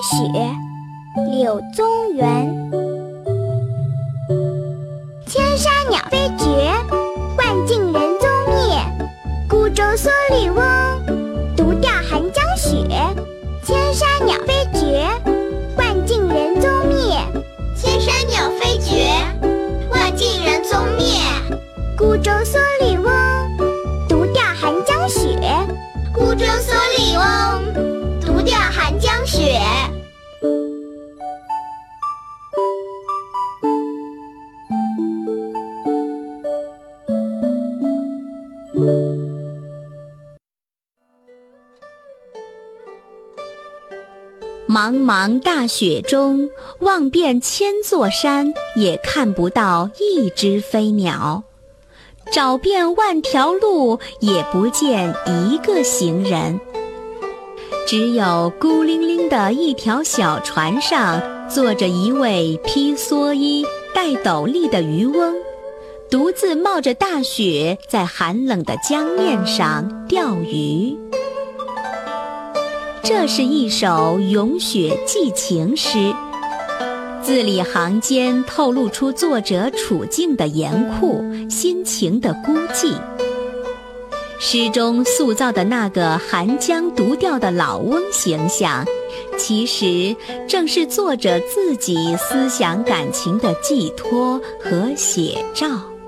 雪，柳宗元。千山鸟飞绝，万径人踪灭。孤舟蓑笠翁，独钓寒江雪。千山鸟飞绝，万径人踪灭。 千山鸟飞绝，万径人踪灭。 孤舟蓑笠翁，独钓寒江雪。 孤舟蓑笠翁，独钓寒江雪。 茫茫大雪中，望遍千座山，也看不到一只飞鸟；找遍万条路，也不见一个行人。只有孤零零的一条小船上，坐着一位披蓑衣、戴斗笠的渔翁，独自冒着大雪，在寒冷的江面上钓鱼。这是一首咏雪寄情诗，字里行间透露出作者处境的严酷，心情的孤寂。诗中塑造的那个寒江独钓的老翁形象，其实正是作者自己思想感情的寄托和写照。